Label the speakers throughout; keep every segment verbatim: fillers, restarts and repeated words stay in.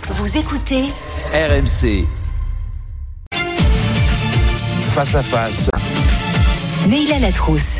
Speaker 1: Vous écoutez
Speaker 2: R M C. Face à face.
Speaker 1: Neila Latrousse.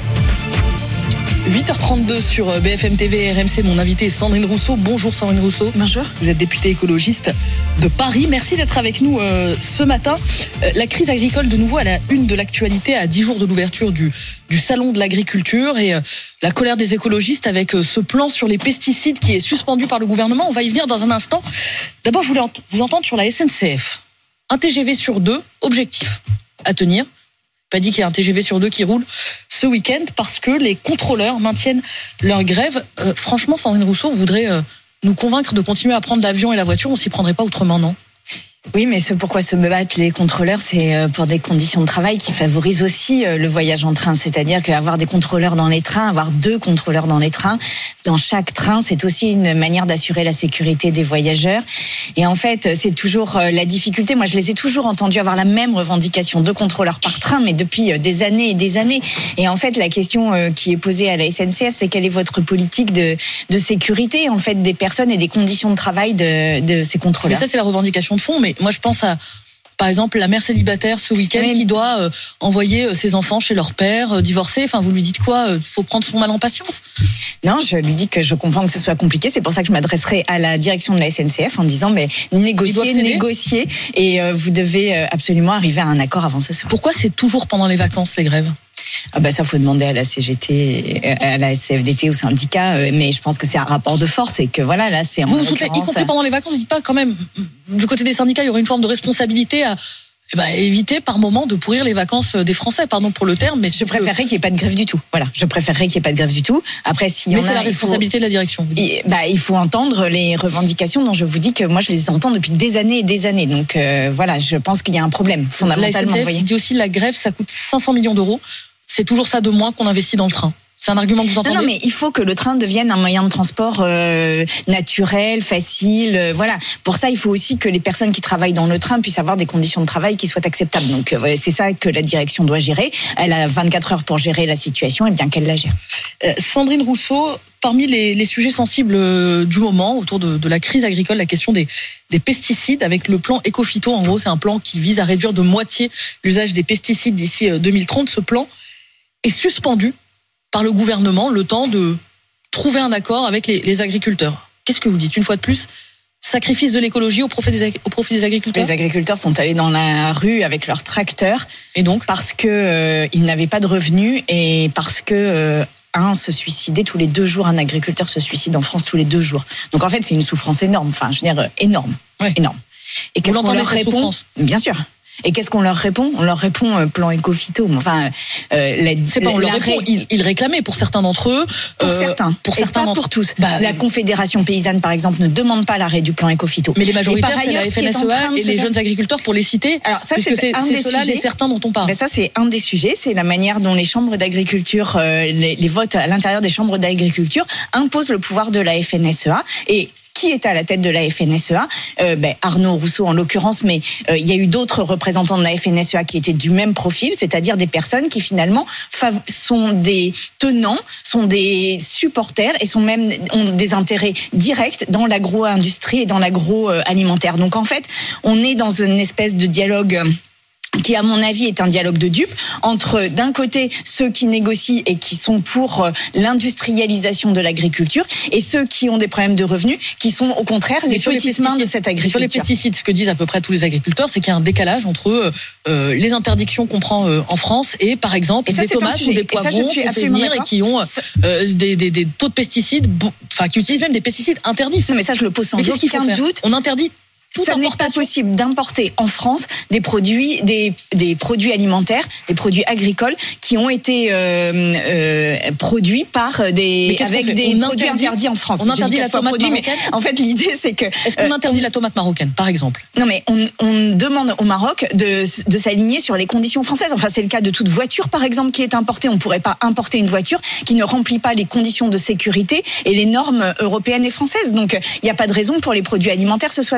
Speaker 3: huit heures trente-deux sur B F M T V et R M C. Mon invité est Sandrine Rousseau. Bonjour Sandrine Rousseau.
Speaker 4: Bonjour.
Speaker 3: Vous êtes députée écologiste de Paris. Merci d'être avec nous euh, ce matin. Euh, la crise agricole de nouveau à la une de l'actualité à dix jours de l'ouverture du, du salon de l'agriculture et euh, la colère des écologistes avec euh, ce plan sur les pesticides qui est suspendu par le gouvernement. On va y venir dans un instant. D'abord, je voulais ent- vous entendre sur la S N C F. Un T G V sur deux, objectif à tenir. Pas dit qu'il y a un T G V sur deux qui roule ce week-end parce que les contrôleurs maintiennent leur grève. Euh, franchement, Sandrine Rousseau, on voudrait euh, nous convaincre de continuer à prendre l'avion et la voiture, on s'y prendrait pas autrement, non ?
Speaker 4: Oui, mais ce pourquoi se battent les contrôleurs, c'est pour des conditions de travail qui favorisent aussi le voyage en train. C'est-à-dire qu'avoir des contrôleurs dans les trains, avoir deux contrôleurs dans les trains, dans chaque train, c'est aussi une manière d'assurer la sécurité des voyageurs. Et en fait, c'est toujours la difficulté. Moi, je les ai toujours entendus avoir la même revendication, deux contrôleurs par train, mais depuis des années et des années. Et en fait, la question qui est posée à la S N C F, c'est quelle est votre politique de, de sécurité, en fait, des personnes et des conditions de travail de, de ces contrôleurs.
Speaker 3: Mais ça, c'est la revendication de fond, mais moi je pense à, par exemple, la mère célibataire ce week-end oui. qui doit euh, envoyer ses enfants chez leur père, euh, divorcés. Enfin, vous lui dites quoi ? Il faut prendre son mal en patience ?
Speaker 4: Non, je lui dis que je comprends que ce soit compliqué. C'est pour ça que je m'adresserai à la direction de la S N C F en disant, mais négocier, négocier. Et euh, vous devez absolument arriver à un accord avant ce soir.
Speaker 3: Pourquoi c'est toujours pendant les vacances, les grèves ?
Speaker 4: Ah bah ça faut demander à la C G T, à la C F D T, au syndicat, mais je pense que c'est un rapport de force et que voilà, là c'est en
Speaker 3: vous vous soutenez, y compris pendant les vacances, vous dites pas quand même, du côté des syndicats, il y aurait une forme de responsabilité à eh ben, éviter par moment de pourrir les vacances des Français, pardon pour le terme, mais
Speaker 4: je préférerais qu'il n'y ait pas de grève du tout. Voilà, je préférerais qu'il n'y ait pas de grève du tout. Après, si
Speaker 3: mais
Speaker 4: on
Speaker 3: c'est
Speaker 4: a,
Speaker 3: la responsabilité
Speaker 4: faut,
Speaker 3: de la direction.
Speaker 4: Il, bah, il faut entendre les revendications dont je vous dis que moi je les entends depuis des années et des années. Donc euh, voilà, je pense qu'il y a un problème fondamentalement.
Speaker 3: La S N C F dit aussi la grève, ça coûte cinq cents millions d'euros. C'est toujours ça de moins qu'on investit dans le train. C'est un argument que vous entendez ?
Speaker 4: Non, non, mais il faut que le train devienne un moyen de transport euh, naturel, facile. Euh, voilà. Pour ça, il faut aussi que les personnes qui travaillent dans le train puissent avoir des conditions de travail qui soient acceptables. Donc, euh, c'est ça que la direction doit gérer. Elle a vingt-quatre heures pour gérer la situation et bien qu'elle la gère.
Speaker 3: Euh, Sandrine Rousseau, parmi les, les sujets sensibles du moment autour de, de la crise agricole, la question des, des pesticides avec le plan Ecophyto. En gros, c'est un plan qui vise à réduire de moitié l'usage des pesticides d'ici deux mille trente. Ce plan est suspendu par le gouvernement le temps de trouver un accord avec les, les agriculteurs. Qu'est-ce que vous dites ? Une fois de plus, sacrifice de l'écologie au profit des, au profit des agriculteurs ?
Speaker 4: Les agriculteurs sont allés dans la rue avec leurs tracteurs.
Speaker 3: Et donc ?
Speaker 4: Parce que euh, ils n'avaient pas de revenus et parce que euh, un se suicidait tous les deux jours. Un agriculteur se suicide en France tous les deux jours. Donc en fait, c'est une souffrance énorme. Enfin, je veux dire, énorme.
Speaker 3: Ouais.
Speaker 4: Énorme. Et qu'est-ce qu'on leur répond ?
Speaker 3: Souffrance.
Speaker 4: Bien sûr. Et qu'est-ce qu'on leur répond ? On leur répond euh, plan Ecophyto. Enfin, euh, la,
Speaker 3: c'est pas on leur répond. Ils, ils réclamaient pour certains d'entre eux.
Speaker 4: Pour
Speaker 3: euh,
Speaker 4: certains.
Speaker 3: Pour
Speaker 4: et
Speaker 3: certains
Speaker 4: pas
Speaker 3: d'entre
Speaker 4: pour tous.
Speaker 3: Bah,
Speaker 4: la Confédération paysanne, par exemple, ne demande pas l'arrêt du plan Ecophyto.
Speaker 3: Mais les majoritaires, c'est la F N S E A et les jeunes agriculteurs, pour les citer.
Speaker 4: Alors ça, c'est, c'est un
Speaker 3: c'est
Speaker 4: des
Speaker 3: ceux-là,
Speaker 4: sujets.
Speaker 3: Les certains dont on parle.
Speaker 4: Ben ça, c'est un des sujets. C'est la manière dont les chambres d'agriculture, euh, les, les votes à l'intérieur des chambres d'agriculture imposent le pouvoir de la F N S E A et qui est à la tête de la F N S E A ? euh, ben, Arnaud Rousseau en l'occurrence, mais euh, il y a eu d'autres représentants de la F N S E A qui étaient du même profil, c'est-à-dire des personnes qui finalement fav- sont des tenants, sont des supporters et sont même ont des intérêts directs dans l'agro-industrie et dans l'agroalimentaire. Donc en fait, on est dans une espèce de dialogue qui, à mon avis, est un dialogue de dupes entre, d'un côté, ceux qui négocient et qui sont pour l'industrialisation de l'agriculture et ceux qui ont des problèmes de revenus, qui sont, au contraire, les petites mains de cette agriculture.
Speaker 3: Sur les pesticides, ce que disent à peu près tous les agriculteurs, c'est qu'il y a un décalage entre euh, les interdictions qu'on prend euh, en France et, par exemple, ça, des tomates ou des poivrons qu'on fait venir et qui ont euh, des, des, des taux de pesticides, enfin, qui utilisent même des pesticides interdits.
Speaker 4: Non, mais ça, je le pose sans aucun doute.
Speaker 3: On interdit
Speaker 4: Ça n'est pas possible d'importer en France des produits, des, des produits alimentaires, des produits agricoles qui ont été euh, euh, produits par des avec des
Speaker 3: on
Speaker 4: produits
Speaker 3: interdit,
Speaker 4: interdits en France.
Speaker 3: On interdit la tomate
Speaker 4: produit,
Speaker 3: marocaine.
Speaker 4: Mais en fait, l'idée c'est que
Speaker 3: est-ce qu'on euh, interdit la tomate marocaine, par exemple ?
Speaker 4: Non, mais on, on demande au Maroc de, de s'aligner sur les conditions françaises. Enfin, c'est le cas de toute voiture, par exemple, qui est importée. On ne pourrait pas importer une voiture qui ne remplit pas les conditions de sécurité et les normes européennes et françaises. Donc, il n'y a pas de raison pour les produits alimentaires que ce soit de la même manière.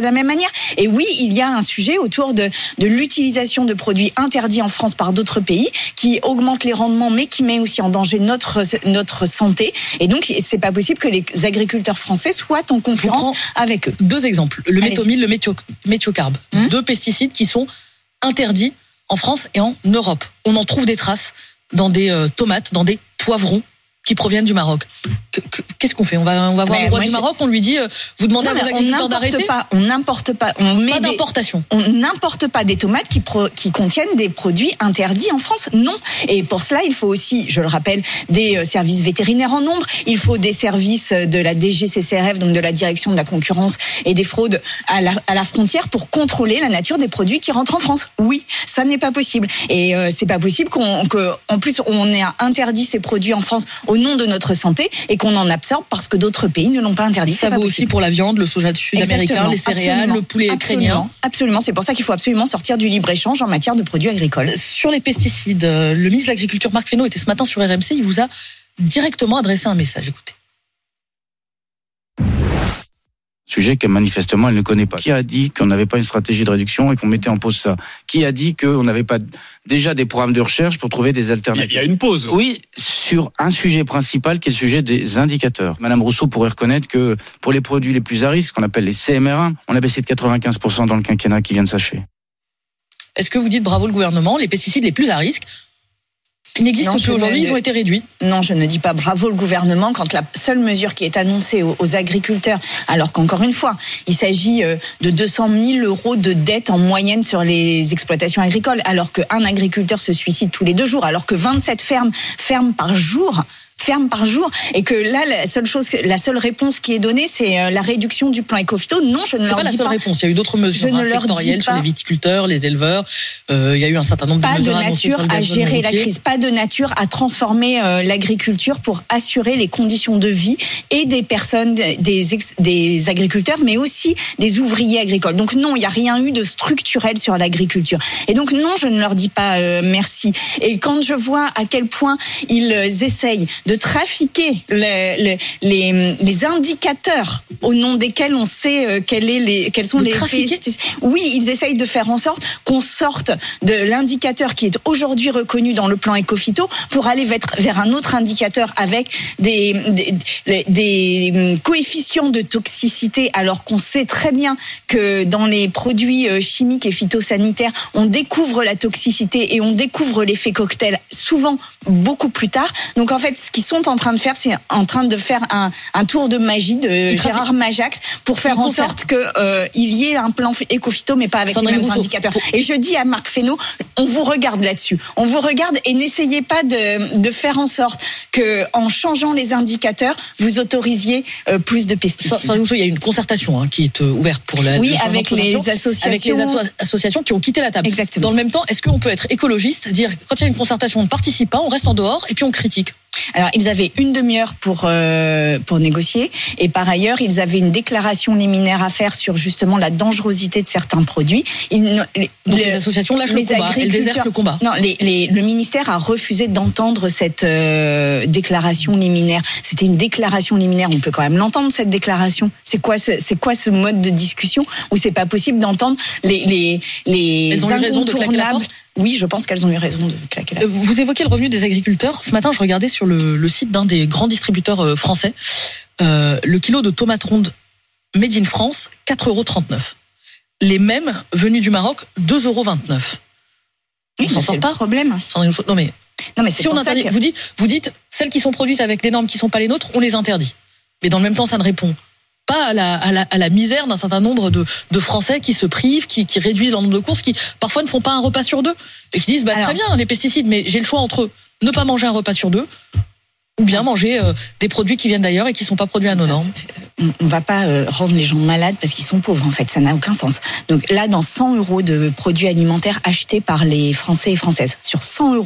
Speaker 4: manière. Et oui, il y a un sujet autour de, de l'utilisation de produits interdits en France par d'autres pays, qui augmente les rendements, mais qui met aussi en danger notre, notre santé. Et donc, c'est pas possible que les agriculteurs français soient en concurrence avec eux.
Speaker 3: Deux exemples. Le
Speaker 4: Allez-y.
Speaker 3: méthomyl, le méthio, méthiocarbe. Hum. Deux pesticides qui sont interdits en France et en Europe. On en trouve des traces dans des euh, tomates, dans des poivrons qui proviennent du Maroc. Que, que, qu'est-ce qu'on fait ? On va, on va voir
Speaker 4: mais
Speaker 3: le roi
Speaker 4: moi,
Speaker 3: du
Speaker 4: je...
Speaker 3: Maroc, on lui dit, euh, vous demandez
Speaker 4: non,
Speaker 3: à vos agriculteurs d'arrêter ?
Speaker 4: Pas, on n'importe pas, on met
Speaker 3: pas
Speaker 4: des,
Speaker 3: d'importation.
Speaker 4: On n'importe pas des tomates qui, pro, qui contiennent des produits interdits en France. Non. Et pour cela, il faut aussi, je le rappelle, des services vétérinaires en nombre. Il faut des services de la D G C C R F, donc de la Direction de la concurrence et des fraudes à la, à la frontière pour contrôler la nature des produits qui rentrent en France. Oui, ça n'est pas possible. Et euh, c'est pas possible qu'on, que, en plus, on ait interdit ces produits en France au nom de notre santé et qu'on en absorbe parce que d'autres pays ne l'ont pas interdit.
Speaker 3: Ça vaut aussi pour la viande, le soja sud-américain, les céréales, absolument, le poulet ukrainien.
Speaker 4: Absolument, c'est pour ça qu'il faut absolument sortir du libre-échange en matière de produits agricoles.
Speaker 3: Sur les pesticides, le ministre de l'Agriculture, Marc Fesneau, était ce matin sur R M C, il vous a directement adressé un message. Écoutez.
Speaker 5: Sujet que manifestement elle ne connaît pas. Qui a dit qu'on n'avait pas une stratégie de réduction et qu'on mettait en pause ça ? Qui a dit qu'on n'avait pas déjà des programmes de recherche pour trouver des alternatives ?
Speaker 6: Il y a une pause.
Speaker 5: Oui, sur un sujet principal qui est le sujet des indicateurs. Madame Rousseau pourrait reconnaître que pour les produits les plus à risque, qu'on appelle les C M R un, on a baissé de quatre-vingt-quinze pour cent dans le quinquennat qui vient de s'achever.
Speaker 3: Est-ce que vous dites bravo le gouvernement, les pesticides les plus à risque ils n'existent non, plus aujourd'hui, ils ont été réduits.
Speaker 4: Non, je ne dis pas bravo le gouvernement quand la seule mesure qui est annoncée aux, aux agriculteurs, alors qu'encore une fois, il s'agit de deux cent mille euros de dette en moyenne sur les exploitations agricoles, alors qu'un agriculteur se suicide tous les deux jours, alors que vingt-sept fermes ferment par jour. ferme par jour, et que là la seule chose, la seule réponse qui est donnée, c'est la réduction du plan Écophyto. Non, je ne
Speaker 3: c'est
Speaker 4: leur
Speaker 3: pas
Speaker 4: dis
Speaker 3: la seule
Speaker 4: pas.
Speaker 3: réponse. Il y a eu d'autres mesures hein, sectorielles sur les viticulteurs, les éleveurs. Euh, il y a eu un certain nombre
Speaker 4: pas
Speaker 3: de mesures
Speaker 4: de nature à gérer la crise, pas de nature à transformer euh, l'agriculture pour assurer les conditions de vie et des personnes, des ex, des agriculteurs, mais aussi des ouvriers agricoles. Donc non, il n'y a rien eu de structurel sur l'agriculture. Et donc non, je ne leur dis pas euh, merci. Et quand je vois à quel point ils essayent de trafiquer les, les, les, les indicateurs au nom desquels on sait euh, quel est les, quels sont
Speaker 3: de
Speaker 4: les
Speaker 3: trafiquer.
Speaker 4: Oui, ils essayent de faire en sorte qu'on sorte de l'indicateur qui est aujourd'hui reconnu dans le plan Écophyto pour aller vers, vers un autre indicateur avec des, des, des coefficients de toxicité, alors qu'on sait très bien que dans les produits chimiques et phytosanitaires, on découvre la toxicité et on découvre l'effet cocktail souvent beaucoup plus tard. Donc en fait, ce qu'ils sont en train de faire, c'est en train de faire un, un tour de magie de il Gérard trafique. Majax pour faire il en sorte qu'il euh, y ait un plan Écophyto, mais pas avec Sandrine les mêmes Rousseau. Indicateurs. Et je dis à Marc Fesneau, on vous regarde là-dessus. On vous regarde et n'essayez pas de, de faire en sorte que, en changeant les indicateurs, vous autorisiez euh, plus de pesticides.
Speaker 3: Sandrine Rousseau, il y a une concertation hein, qui est euh, ouverte pour la.
Speaker 4: Oui, avec les associations.
Speaker 3: Avec les asso- associations qui ont quitté la table.
Speaker 4: Exactement.
Speaker 3: Dans le même temps, est-ce qu'on peut être écologiste, dire quand il y a une concertation, on ne participe pas, on reste en dehors et puis on critique?
Speaker 4: Alors, ils avaient une demi-heure pour euh, pour négocier, et par ailleurs, ils avaient une déclaration liminaire à faire sur justement la dangerosité de certains produits. Ils,
Speaker 3: les, Donc, les associations lâchent le combat, elles désertent le combat.
Speaker 4: Non, les, les, le ministère a refusé d'entendre cette euh, déclaration liminaire. C'était une déclaration liminaire. On peut quand même l'entendre, cette déclaration. C'est quoi, ce, c'est quoi ce mode de discussion où c'est pas possible d'entendre les les les
Speaker 3: elles ont eu raison de claquer la porte.
Speaker 4: Oui, je pense qu'elles ont eu raison de claquer la porte.
Speaker 3: Vous évoquez le revenu des agriculteurs. Ce matin, je regardais sur le, le site d'un des grands distributeurs français, euh, le kilo de tomates rondes made in France, quatre euros trente-neuf. Les mêmes venus du Maroc, deux euros vingt-neuf.
Speaker 4: Oui, on s'en sort pas. Problème.
Speaker 3: Non mais,
Speaker 4: non mais c'est
Speaker 3: si on interdit, que... vous dites, vous dites, celles qui sont produites avec des normes qui sont pas les nôtres, on les interdit. Mais dans le même temps, ça ne répond pas à la, à la, à la misère d'un certain nombre de, de Français qui se privent, qui, qui réduisent leur nombre de courses, qui parfois ne font pas un repas sur deux et qui disent bah, Alors, très bien les pesticides, mais j'ai le choix entre ne pas manger un repas sur deux ou bien manger euh, des produits qui viennent d'ailleurs et qui ne sont pas produits à nos normes.
Speaker 4: On ne va pas euh, rendre les gens malades parce qu'ils sont pauvres, en fait, ça n'a aucun sens. Donc là, dans cent euros de produits alimentaires achetés par les Français et Françaises, sur cent euros,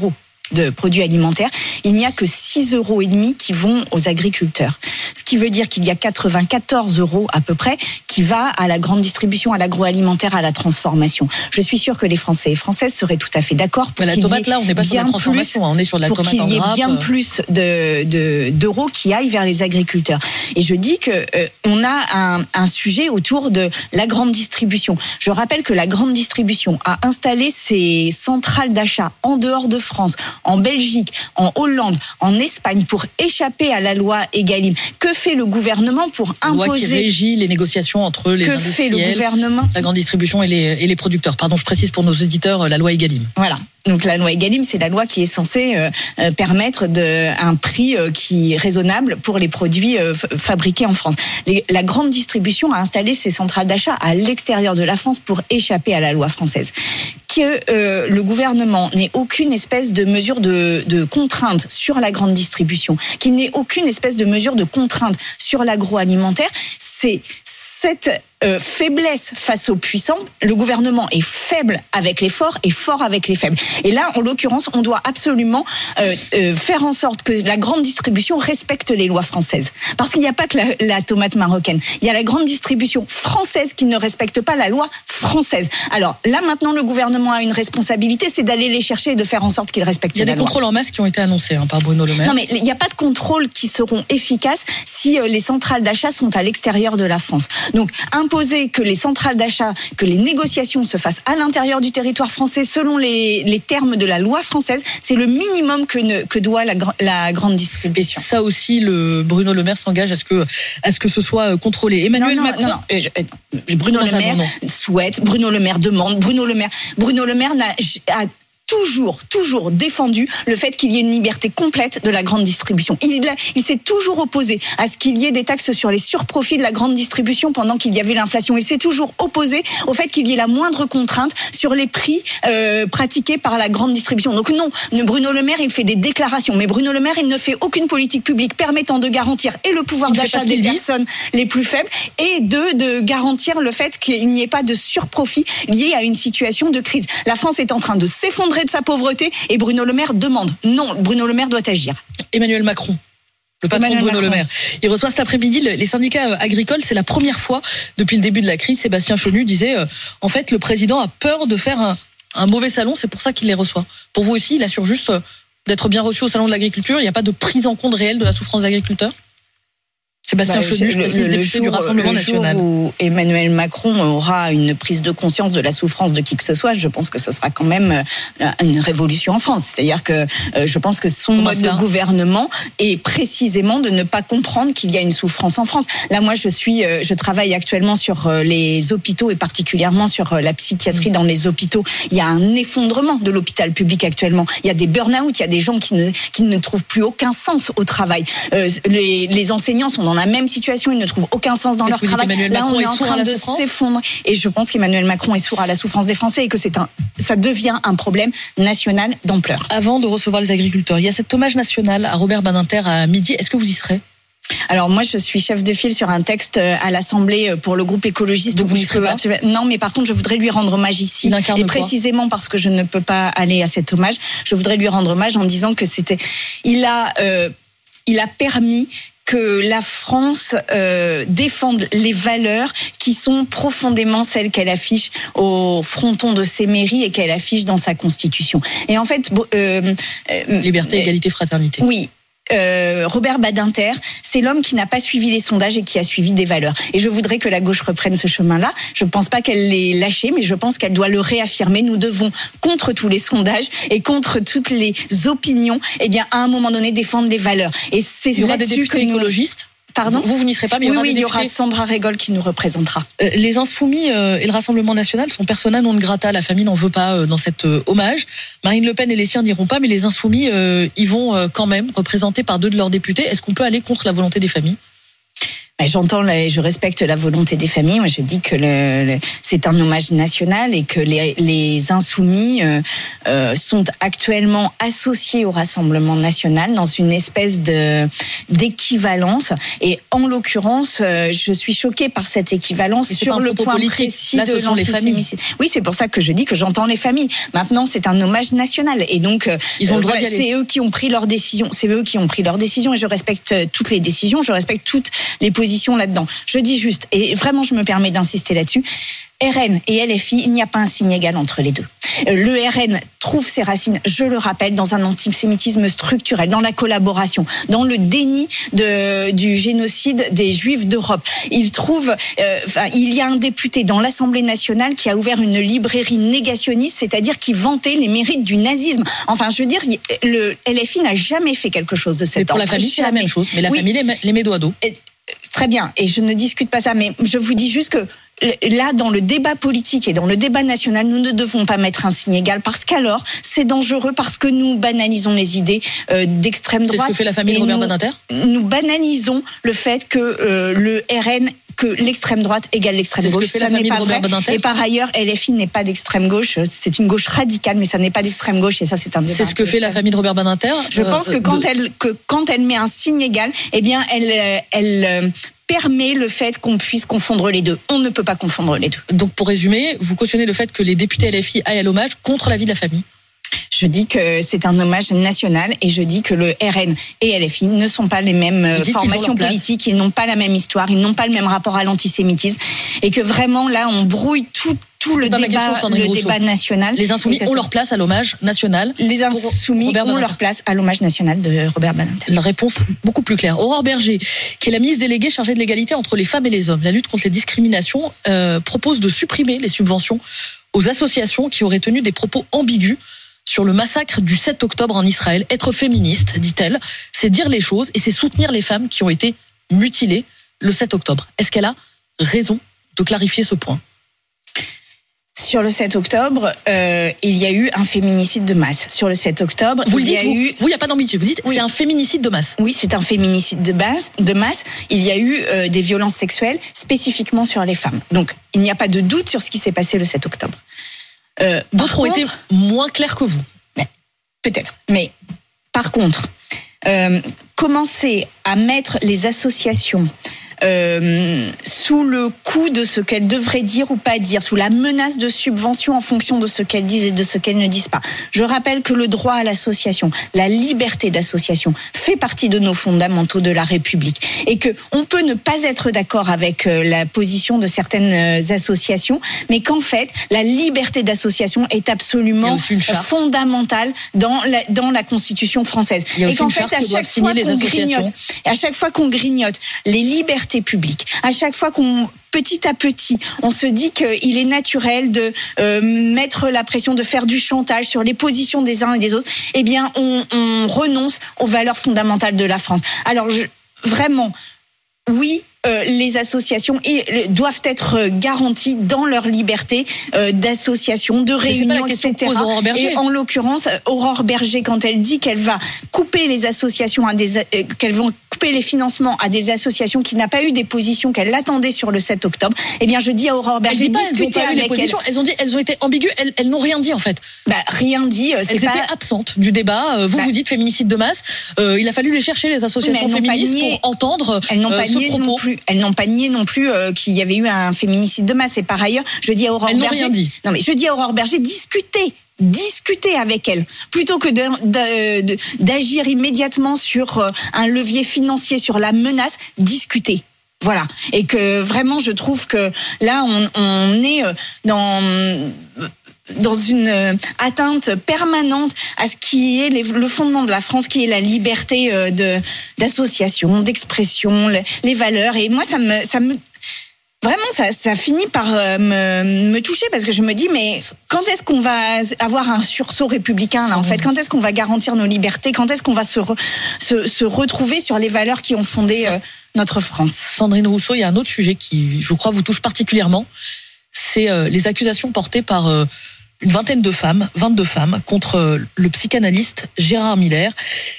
Speaker 4: de produits alimentaires, il n'y a que six euros et demi qui vont aux agriculteurs. Ce qui veut dire qu'il y a quatre-vingt-quatorze euros à peu près qui va à la grande distribution, à l'agroalimentaire, à la transformation. Je suis sûre que les Français et Françaises seraient tout à fait d'accord pour
Speaker 3: Mais la
Speaker 4: qu'il
Speaker 3: tomate
Speaker 4: y ait
Speaker 3: là, on n'est pas sur la
Speaker 4: bien
Speaker 3: transformation,
Speaker 4: plus,
Speaker 3: on est sur de la
Speaker 4: pour
Speaker 3: tomate
Speaker 4: qu'il
Speaker 3: en
Speaker 4: y ait
Speaker 3: grappe.
Speaker 4: bien plus de, de, d'euros qui aillent vers les agriculteurs. Et je dis que euh, on a un, un sujet autour de la grande distribution. Je rappelle que la grande distribution a installé ses centrales d'achat en dehors de France, en Belgique, en Hollande, en Espagne pour échapper à la loi Egalim. Que fait le gouvernement pour
Speaker 3: Une loi qui
Speaker 4: imposer
Speaker 3: régit les négociations entre les
Speaker 4: Que fait le
Speaker 3: industriels,
Speaker 4: gouvernement
Speaker 3: la grande distribution et les, et les producteurs. Pardon, je précise pour nos auditeurs la loi Egalim.
Speaker 4: Voilà. Donc la loi Egalim, c'est la loi qui est censée euh, euh, permettre de, un prix euh, qui est raisonnable pour les produits euh, f- fabriqués en France. Les, la grande distribution a installé ses centrales d'achat à l'extérieur de la France pour échapper à la loi française. Que euh, le gouvernement n'ait aucune espèce de mesure de, de contrainte sur la grande distribution, qu'il n'ait aucune espèce de mesure de contrainte sur l'agroalimentaire, c'est cette euh, faiblesse face aux puissants. Le gouvernement est faible avec les forts et fort avec les faibles. Et là, en l'occurrence, on doit absolument euh, euh, faire en sorte que la grande distribution respecte les lois françaises. Parce qu'il n'y a pas que la, la tomate marocaine. Il y a la grande distribution française qui ne respecte pas la loi française. Alors là, maintenant, le gouvernement a une responsabilité, c'est d'aller les chercher et de faire en sorte qu'ils respectent la loi.
Speaker 3: Il y a des contrôles en masse qui ont été annoncés hein, par Bruno Le Maire.
Speaker 4: Non, mais il n'y a pas de contrôles qui seront efficaces si euh, les centrales d'achat sont à l'extérieur de la France. Donc, imposer que les centrales d'achat, que les négociations se fassent à l'intérieur du territoire français selon les, les termes de la loi française, c'est le minimum que, ne, que doit la, la grande distribution.
Speaker 3: Ça aussi, le Bruno Le Maire s'engage à ce que, à ce que ce soit contrôlé. Emmanuel
Speaker 4: non, non,
Speaker 3: Macron.
Speaker 4: Non, non. Je, euh, Bruno
Speaker 3: Comment
Speaker 4: Le
Speaker 3: ça,
Speaker 4: Maire
Speaker 3: non, non.
Speaker 4: souhaite, Bruno Le Maire demande, Bruno Le Maire, Bruno Le Maire n'a, a toujours, toujours défendu le fait qu'il y ait une liberté complète de la grande distribution. Il, il s'est toujours opposé à ce qu'il y ait des taxes sur les surprofits de la grande distribution pendant qu'il y avait l'inflation. Il s'est toujours opposé au fait qu'il y ait la moindre contrainte sur les prix euh, pratiqués par la grande distribution. Donc non, Bruno Le Maire, il fait des déclarations, mais Bruno Le Maire, il ne fait aucune politique publique permettant de garantir et le pouvoir
Speaker 3: Il fait
Speaker 4: d'achat
Speaker 3: pas ce
Speaker 4: des
Speaker 3: qu'il dit.
Speaker 4: personnes les plus faibles et de, de garantir le fait qu'il n'y ait pas de surprofit lié à une situation de crise. La France est en train de s'effondrer de sa pauvreté et Bruno Le Maire demande. Non, Bruno Le Maire doit agir.
Speaker 3: Emmanuel Macron. Le patron
Speaker 4: Emmanuel
Speaker 3: de Bruno
Speaker 4: Macron.
Speaker 3: Le Maire. Il reçoit cet après-midi les syndicats agricoles. C'est la première fois depuis le début de la crise. Sébastien Chenu disait, euh, en fait, le président a peur de faire un, un mauvais salon. C'est pour ça qu'il les reçoit. Pour vous aussi, il assure juste euh, d'être bien reçu au salon de l'agriculture. Il n'y a pas de prise en compte réelle de la souffrance des agriculteurs ? Sébastien
Speaker 4: Bah,
Speaker 3: Chenu, je
Speaker 4: le-
Speaker 3: précise,
Speaker 4: le
Speaker 3: député
Speaker 4: jour-
Speaker 3: du Rassemblement
Speaker 4: le
Speaker 3: national.
Speaker 4: jour où Emmanuel Macron aura une prise de conscience de la souffrance de qui que ce soit, je pense que ce sera quand même euh, une révolution en France. C'est-à-dire que euh, je pense que son
Speaker 3: Comment
Speaker 4: mode
Speaker 3: ça
Speaker 4: de gouvernement est précisément de ne pas comprendre qu'il y a une souffrance en France. Là, moi, je suis, euh, je travaille actuellement sur euh, les hôpitaux et particulièrement sur euh, la psychiatrie dans les hôpitaux. Il y a un effondrement de l'hôpital public actuellement. Il y a des burn-out, il y a des gens qui ne qui ne trouvent plus aucun sens au travail. Euh, les, les enseignants sont dans la même situation. Ils ne trouvent aucun sens dans
Speaker 3: Est-ce
Speaker 4: leur
Speaker 3: que vous dites
Speaker 4: travail.
Speaker 3: qu'Emmanuel
Speaker 4: Là,
Speaker 3: Macron
Speaker 4: on est
Speaker 3: est
Speaker 4: en
Speaker 3: sourd à
Speaker 4: train
Speaker 3: la
Speaker 4: de
Speaker 3: souffrance
Speaker 4: s'effondrer. Et je pense qu'Emmanuel Macron est sourd à la souffrance des Français et que c'est un, ça devient un problème national d'ampleur.
Speaker 3: Avant de recevoir les agriculteurs, il y a cet hommage national à Robert Badinter à midi. Est-ce que vous y serez ?
Speaker 4: Alors moi, je suis chef de file sur un texte à l'Assemblée pour le groupe écologiste.
Speaker 3: Donc vous
Speaker 4: où
Speaker 3: n'y
Speaker 4: je
Speaker 3: serez
Speaker 4: peux
Speaker 3: pas ?
Speaker 4: absolument- Non, mais par contre, je voudrais lui rendre hommage ici.
Speaker 3: Il incarne
Speaker 4: Et
Speaker 3: quoi ?
Speaker 4: précisément parce que je ne peux pas aller à cet hommage, je voudrais lui rendre hommage en disant que c'était, il a, euh, il a permis que la France euh, défende les valeurs qui sont profondément celles qu'elle affiche au fronton de ses mairies et qu'elle affiche dans sa constitution. Et en fait, bo- euh, euh,
Speaker 3: Liberté,
Speaker 4: euh,
Speaker 3: égalité, fraternité.
Speaker 4: oui. Euh, Robert Badinter, c'est l'homme qui n'a pas suivi les sondages et qui a suivi des valeurs. Et je voudrais que la gauche reprenne ce chemin-là. Je ne pense pas qu'elle l'ait lâché, mais je pense qu'elle doit le réaffirmer. Nous devons, contre tous les sondages et contre toutes les opinions, eh bien, à un moment donné, défendre les valeurs. Et c'est
Speaker 3: Il y aura des
Speaker 4: là-dessus que
Speaker 3: députés
Speaker 4: nous...
Speaker 3: écologistes.
Speaker 4: Pardon
Speaker 3: Vous, vous n'y serez pas, mais il y
Speaker 4: Oui,
Speaker 3: aura
Speaker 4: oui,
Speaker 3: des
Speaker 4: il y aura
Speaker 3: députés.
Speaker 4: Sandra Régol qui nous représentera.
Speaker 3: Euh, Les Insoumis euh, et le Rassemblement national sont persona non grata. La famille n'en veut pas euh, dans cet euh, hommage. Marine Le Pen et les siens n'iront pas, mais les Insoumis euh, y vont euh, quand même, représentés par deux de leurs députés. Est-ce qu'on peut aller contre la volonté des familles ?
Speaker 4: Ben, j'entends, la, je respecte la volonté des familles. Moi, je dis que le, le, c'est un hommage national et que les, les insoumis euh, euh, sont actuellement associés au Rassemblement national dans une espèce de d'équivalence. Et en l'occurrence, euh, je suis choquée par cette équivalence sur le point politique. précis
Speaker 3: Là,
Speaker 4: de l'antisémitisme. Oui, c'est pour ça que je dis que j'entends les familles. Maintenant, c'est un hommage national et donc
Speaker 3: ils ont le droit
Speaker 4: euh,
Speaker 3: d'y aller.
Speaker 4: C'est eux qui ont pris leur décision. C'est eux qui ont pris leur décision et je respecte toutes les décisions. Je respecte toutes les positions là-dedans. Je dis juste, et vraiment je me permets d'insister là-dessus, R N et L F I, il n'y a pas un signe égal entre les deux. Le R N trouve ses racines, je le rappelle, dans un antisémitisme structurel, dans la collaboration, dans le déni de, du génocide des Juifs d'Europe. Il trouve, euh, enfin, il y a un député dans l'Assemblée nationale qui a ouvert une librairie négationniste, c'est-à-dire qui vantait les mérites du nazisme. Enfin, je veux dire, le L F I n'a jamais fait quelque chose de cet
Speaker 3: ordre.
Speaker 4: Mais
Speaker 3: pour la famille, c'est la même chose. Mais la oui. famille les met, les met dos à dos.
Speaker 4: Très bien, et je ne discute pas ça, mais je vous dis juste que là, dans le débat politique et dans le débat national, nous ne devons pas mettre un signe égal parce qu'alors, c'est dangereux parce que nous banalisons les idées euh, d'extrême droite.
Speaker 3: C'est ce que fait la famille de Robert
Speaker 4: nous,
Speaker 3: Badinter.
Speaker 4: Nous banalisons le fait que euh, le R N que l'extrême droite égale l'extrême
Speaker 3: c'est
Speaker 4: gauche.
Speaker 3: Ce que fait
Speaker 4: ça
Speaker 3: la
Speaker 4: n'est pas
Speaker 3: vrai.
Speaker 4: Et par ailleurs, L F I n'est pas d'extrême gauche. C'est une gauche radicale, mais ça n'est pas d'extrême gauche. Et ça, c'est un débat.
Speaker 3: C'est ce que fait la famille de Robert Badinter.
Speaker 4: Je euh, pense que quand de... elle que quand elle met un signe égal, eh bien, elle elle euh, permet le fait qu'on puisse confondre les deux. On ne peut pas confondre les deux.
Speaker 3: Donc, pour résumer, vous cautionnez le fait que les députés L F I aillent à l'hommage contre l'avis de la famille.
Speaker 4: Je dis que c'est un hommage national et je dis que le R N et L F I ne sont pas les mêmes formations politiques, ils n'ont pas la même histoire, ils n'ont pas le même rapport à l'antisémitisme et que vraiment là on brouille tout tout le débat, question, le débat national.
Speaker 3: Les insoumis ont leur place à l'hommage national.
Speaker 4: Les insoumis ont leur place à l'hommage national de Robert Badinter.
Speaker 3: La réponse beaucoup plus claire. Aurore Bergé, qui est la ministre déléguée chargée de l'égalité entre les femmes et les hommes, la lutte contre les discriminations, euh, propose de supprimer les subventions aux associations qui auraient tenu des propos ambigus sur le massacre du sept octobre en Israël. Être féministe, dit-elle, c'est dire les choses et c'est soutenir les femmes qui ont été mutilées le sept octobre. Est-ce qu'elle a raison de clarifier ce point ?
Speaker 4: Sur le sept octobre, euh, il y a eu un féminicide de masse. Sur le sept octobre,
Speaker 3: vous
Speaker 4: il
Speaker 3: le dites,
Speaker 4: y a
Speaker 3: vous,
Speaker 4: eu...
Speaker 3: Vous, il n'y a pas d'ambiguïté. Vous dites, oui. C'est un féminicide de masse.
Speaker 4: Oui, c'est un féminicide de, base, de masse. Il y a eu euh, des violences sexuelles spécifiquement sur les femmes. Donc, il n'y a pas de doute sur ce qui s'est passé le sept octobre.
Speaker 3: Euh, D'autres ont été moins clairs que vous.
Speaker 4: Mais, peut-être. Mais, par contre, euh, commencer à mettre les associations... Euh, sous le coup de ce qu'elles devraient dire ou pas dire, sous la menace de subvention en fonction de ce qu'elles disent et de ce qu'elles ne disent pas. Je rappelle que le droit à l'association, la liberté d'association fait partie de nos fondamentaux de la République et que on peut ne pas être d'accord avec la position de certaines associations, mais qu'en fait, la liberté d'association est absolument fondamentale dans la, dans la Constitution française.
Speaker 3: Et qu'en fait, à chaque fois qu'on grignote,
Speaker 4: à chaque fois qu'on grignote les libertés public. À chaque fois qu'on, petit à petit, on se dit qu'il est naturel de euh, mettre la pression, de faire du chantage sur les positions des uns et des autres, eh bien, on, on renonce aux valeurs fondamentales de la France. Alors, je, vraiment, oui, euh, les associations et, doivent être garanties dans leur liberté euh, d'association, de réunion, et cetera. Et en l'occurrence, Aurore Bergé, quand elle dit qu'elle va couper les associations à des, euh, qu'elles vont couper les financements à des associations qui n'ont pas eu des positions qu'elle attendait sur le sept octobre, eh bien, je dis à Aurore Bergé, discutez avec
Speaker 3: elles. Elles ont dit, elles ont été ambiguës, elles, elles n'ont rien dit, en fait.
Speaker 4: Bah, rien dit.
Speaker 3: C'est elles pas... étaient absentes du débat. Vous, bah... vous dites féminicide de masse. Euh, il a fallu les chercher, les associations oui, féministes, nié... pour entendre
Speaker 4: elles n'ont
Speaker 3: euh,
Speaker 4: pas
Speaker 3: ce
Speaker 4: nié
Speaker 3: propos.
Speaker 4: Non plus. Elles n'ont pas nié non plus euh, qu'il y avait eu un féminicide de masse. Et par ailleurs, je dis à Aurore
Speaker 3: elles
Speaker 4: Bergé.
Speaker 3: Rien dit.
Speaker 4: Non, mais je dis à Aurore Bergé, discutez. Discuter avec elle plutôt que de, de, de, d'agir immédiatement sur un levier financier, sur la menace, discuter. Voilà. Et que vraiment, je trouve que là, on, on est dans dans une atteinte permanente à ce qui est les, le fondement de la France, qui est la liberté de d'association, d'expression, les, les valeurs. Et moi, ça me ça me Vraiment, ça, ça finit par euh, me, me toucher parce que je me dis, mais quand est-ce qu'on va avoir un sursaut républicain là en fait ? Quand est-ce qu'on va garantir nos libertés ? Quand est-ce qu'on va se, re, se, se retrouver sur les valeurs qui ont fondé euh, notre France ?
Speaker 3: Sandrine Rousseau, il y a un autre sujet qui, je crois, vous touche particulièrement. C'est euh, les accusations portées par euh, une vingtaine de femmes, vingt-deux femmes, contre euh, le psychanalyste Gérard Miller.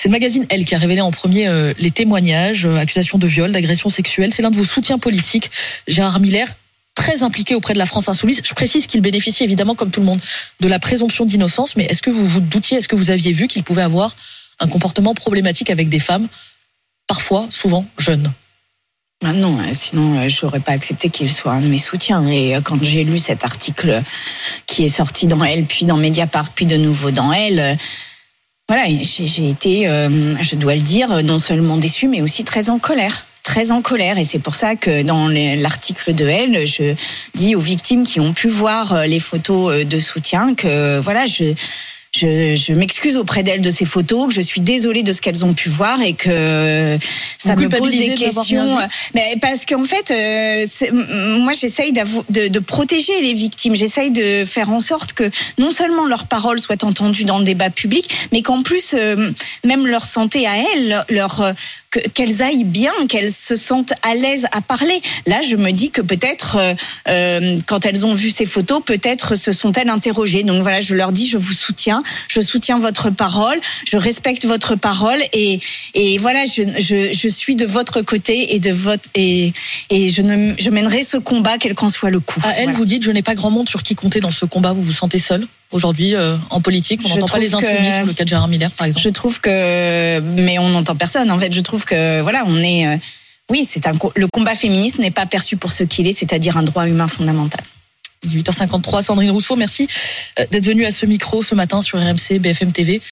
Speaker 3: C'est le magazine Elle qui a révélé en premier euh, les témoignages, euh, accusations de viol, d'agression sexuelle. C'est l'un de vos soutiens politiques, Gérard Miller, très impliqué auprès de la France Insoumise. Je précise qu'il bénéficie évidemment, comme tout le monde, de la présomption d'innocence. Mais est-ce que vous vous doutiez, est-ce que vous aviez vu qu'il pouvait avoir un comportement problématique avec des femmes, parfois, souvent, jeunes ?
Speaker 4: Ah non, sinon je n'aurais pas accepté qu'il soit un de mes soutiens. Et quand j'ai lu cet article qui est sorti dans Elle, puis dans Mediapart, puis de nouveau dans Elle, voilà, j'ai, j'ai été, euh, je dois le dire, non seulement déçue, mais aussi très en colère. Très en colère, et c'est pour ça que dans l'article de Elle, je dis aux victimes qui ont pu voir les photos de soutien que voilà, je Je, je m'excuse auprès d'elles de ces photos, que je suis désolée de ce qu'elles ont pu voir et que ça me pose des questions. Mais parce qu'en fait, euh, c'est, moi j'essaye de, de protéger les victimes. J'essaye de faire en sorte que non seulement leurs paroles soient entendues dans le débat public, mais qu'en plus euh, même leur santé à elles, leur euh, que, qu'elles aillent bien, qu'elles se sentent à l'aise à parler. Là, je me dis que peut-être euh, euh, quand elles ont vu ces photos, peut-être se sont-elles interrogées. Donc voilà, je leur dis, je vous soutiens. Je soutiens votre parole, je respecte votre parole et, et voilà, je, je, je suis de votre côté et de votre et, et je, ne, je mènerai ce combat quel qu'en soit le coût.
Speaker 3: À Elle, voilà. Vous dites, je n'ai pas grand monde sur qui compter dans ce combat. Vous vous sentez seul aujourd'hui euh, en politique? On n'entend pas les insoumis que, sur le cas de Gérard Miller, par exemple.
Speaker 4: Je trouve que, mais on n'entend personne. En fait, je trouve que voilà, on est, euh, oui, c'est un le combat féministe n'est pas perçu pour ce qu'il est, c'est-à-dire un droit humain fondamental.
Speaker 3: huit heures cinquante-trois, Sandrine Rousseau, merci d'être venue à ce micro ce matin sur R M C, B F M T V.